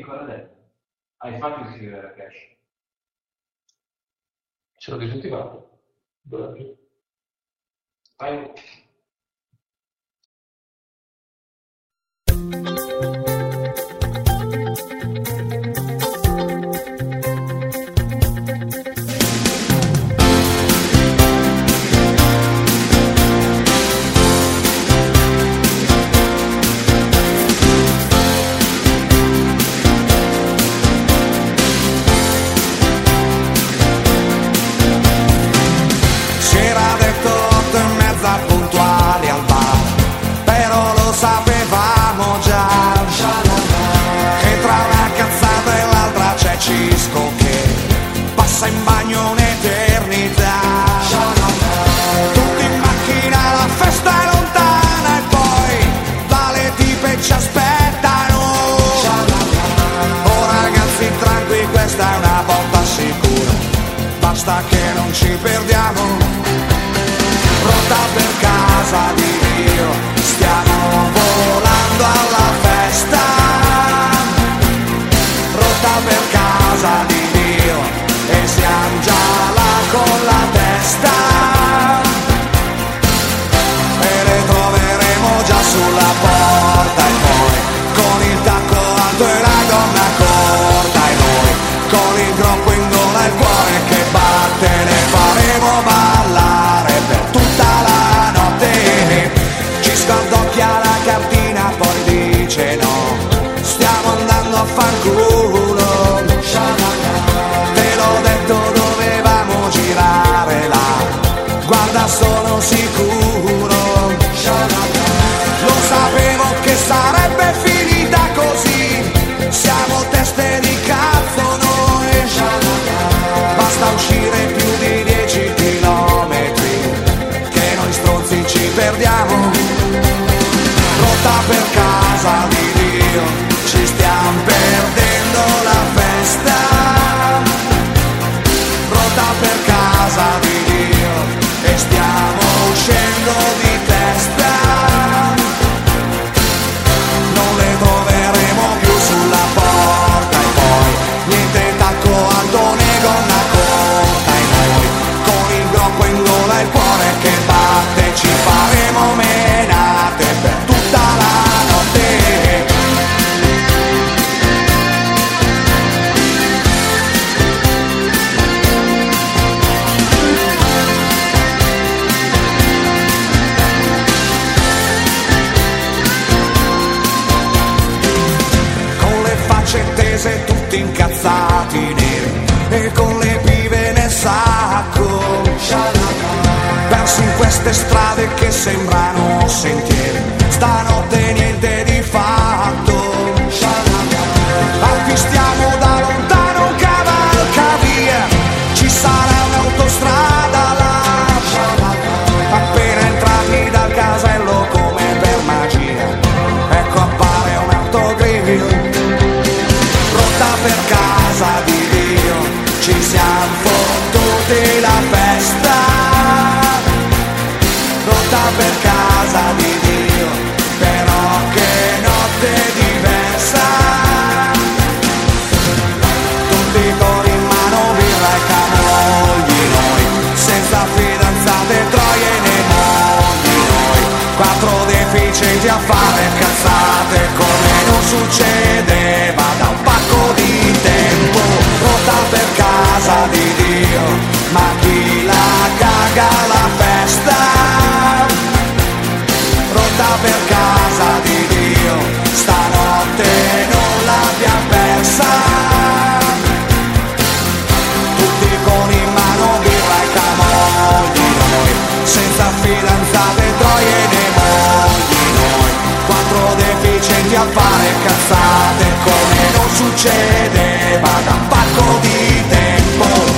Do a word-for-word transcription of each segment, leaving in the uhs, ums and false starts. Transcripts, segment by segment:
ancora detto. Hai fatto iscrivere a cash. Ce l'ho disattivato. Fai. C'era detto otto e mezza puntuali al bar, però lo sapevamo già, che tra una cazzata e l'altra c'è Cisco che passa in bagno un'eternità. Tutti in macchina, la festa è lontana e poi dalle tipe ci aspettano. Oh ragazzi tranquilli, questa è una botta sicura, basta che non ci perdiamo. Pronta per casa di Dio, stiamo volando alla festa. Pronta per casa di Dio e siamo già là con la testa. E le troveremo già sulla porta e poi con il tacco alto e la gonna corta e noi con il groppo in gola e il cuore che batte le faremo ballare per tutta la notte. Ci scaldocchia la cartina poi dice no, stiamo andando a fanculo. Te l'ho detto dovevamo girare là, guarda sono sicuro. Lo sapevo che sarebbe finita così, siamo teste di cazzo noi. Basta uscire più di dieci chilometri che noi stronzi ci perdiamo. Pronta per casa di Dio, ci stiamo perdendo la festa. Pronta per casa di Dio e stiamo uscendo di testa. Non le troveremo più sulla porta e poi niente tacco alto né gonna corta e noi con il groppo in gola e il cuore che batte ci faremo menate per tutta la notte. Con le facce tese tutti incazzati neri e con le pive nel sacco, persi in queste strade che sembrano sentieri, stanotte niente di fatto. Avvistiamo da lontano un cavalcavia, ci sarà un'autostrada là. Appena entrati dal casello come per magia, ecco appare un autogrill. Pronta per casa di Dio, ci siamo fottuti la festa. Pronta per casa di Dio, però che notte diversa. Tutti con in mano birra e camogli noi, senza fidanzate, troie né mogli noi, quattro deficienti a fare cazzate come non succedeva da un pacco di tempo. Pronta per casa di Dio, ma chi la caga la festa. Pronta per casa di Dio, stanotte non l'abbiamo persa. Tutti con in mano birra e camogli noi, senza fidanzate, troie né mogli noi, quattro deficienti a fare cazzate come non succedeva da un pacco di tempo.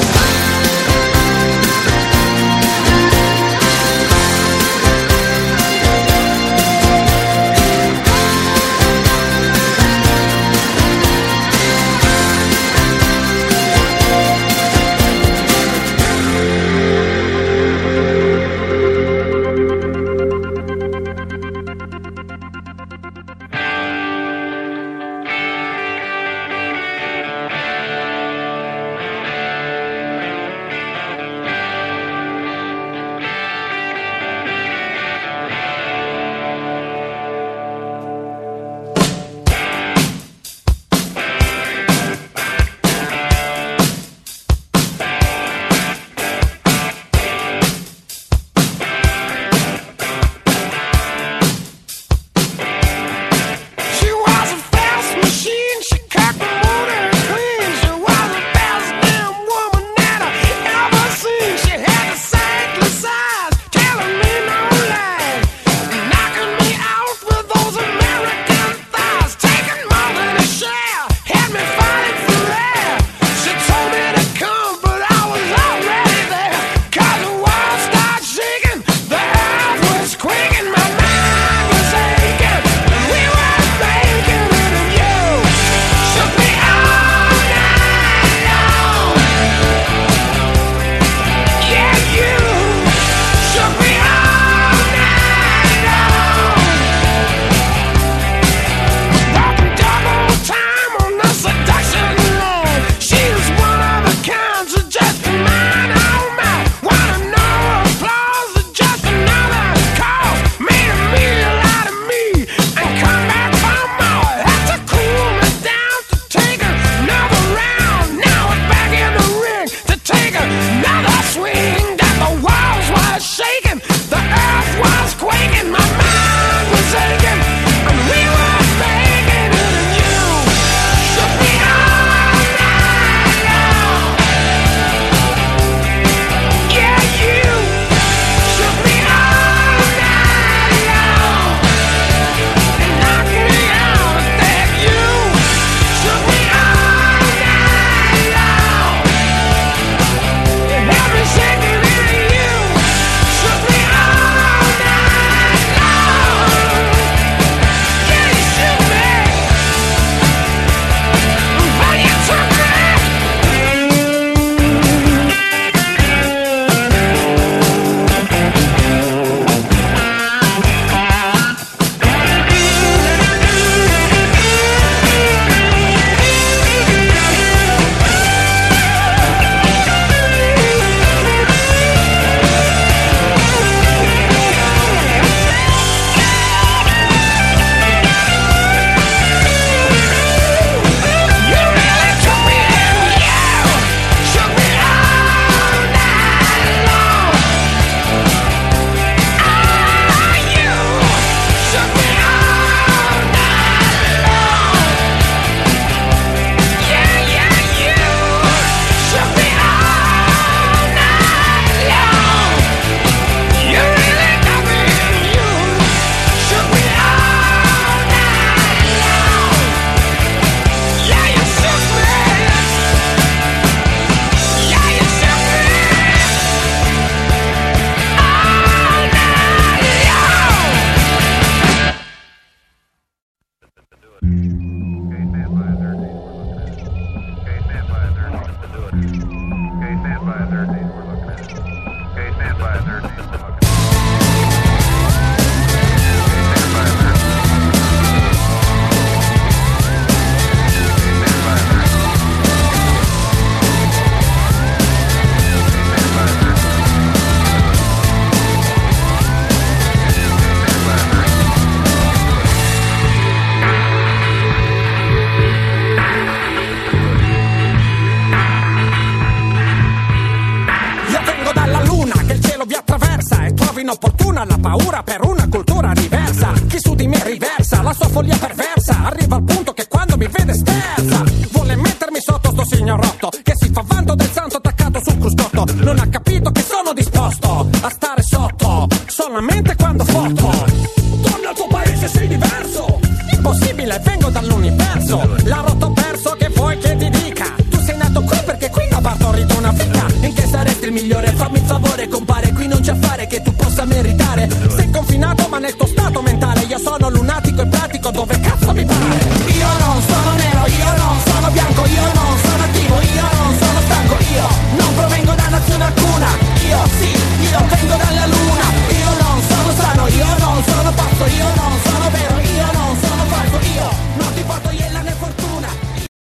inopportuna la paura per una cultura diversa. Chi su di me riversa la sua follia perversa, arriva al punto che quando mi vede sterza. Vuole mettermi sotto sto signorotto che si fa vanto del santo attaccato sul cruscotto. Non ha capito che sono disposto a stare sotto solamente quando foto. Torna al tuo paese, sei diverso. Impossibile, vengo dall'universo. La rotto perso, che vuoi che ti dica? Tu sei nato qui perché qui ha partorito una figa. In che saresti il migliore? Fammi il favore, compare. Qui non c'è affare che tu possa meritare. Sei confinato ma nel tuo stato mentale. Io sono lunato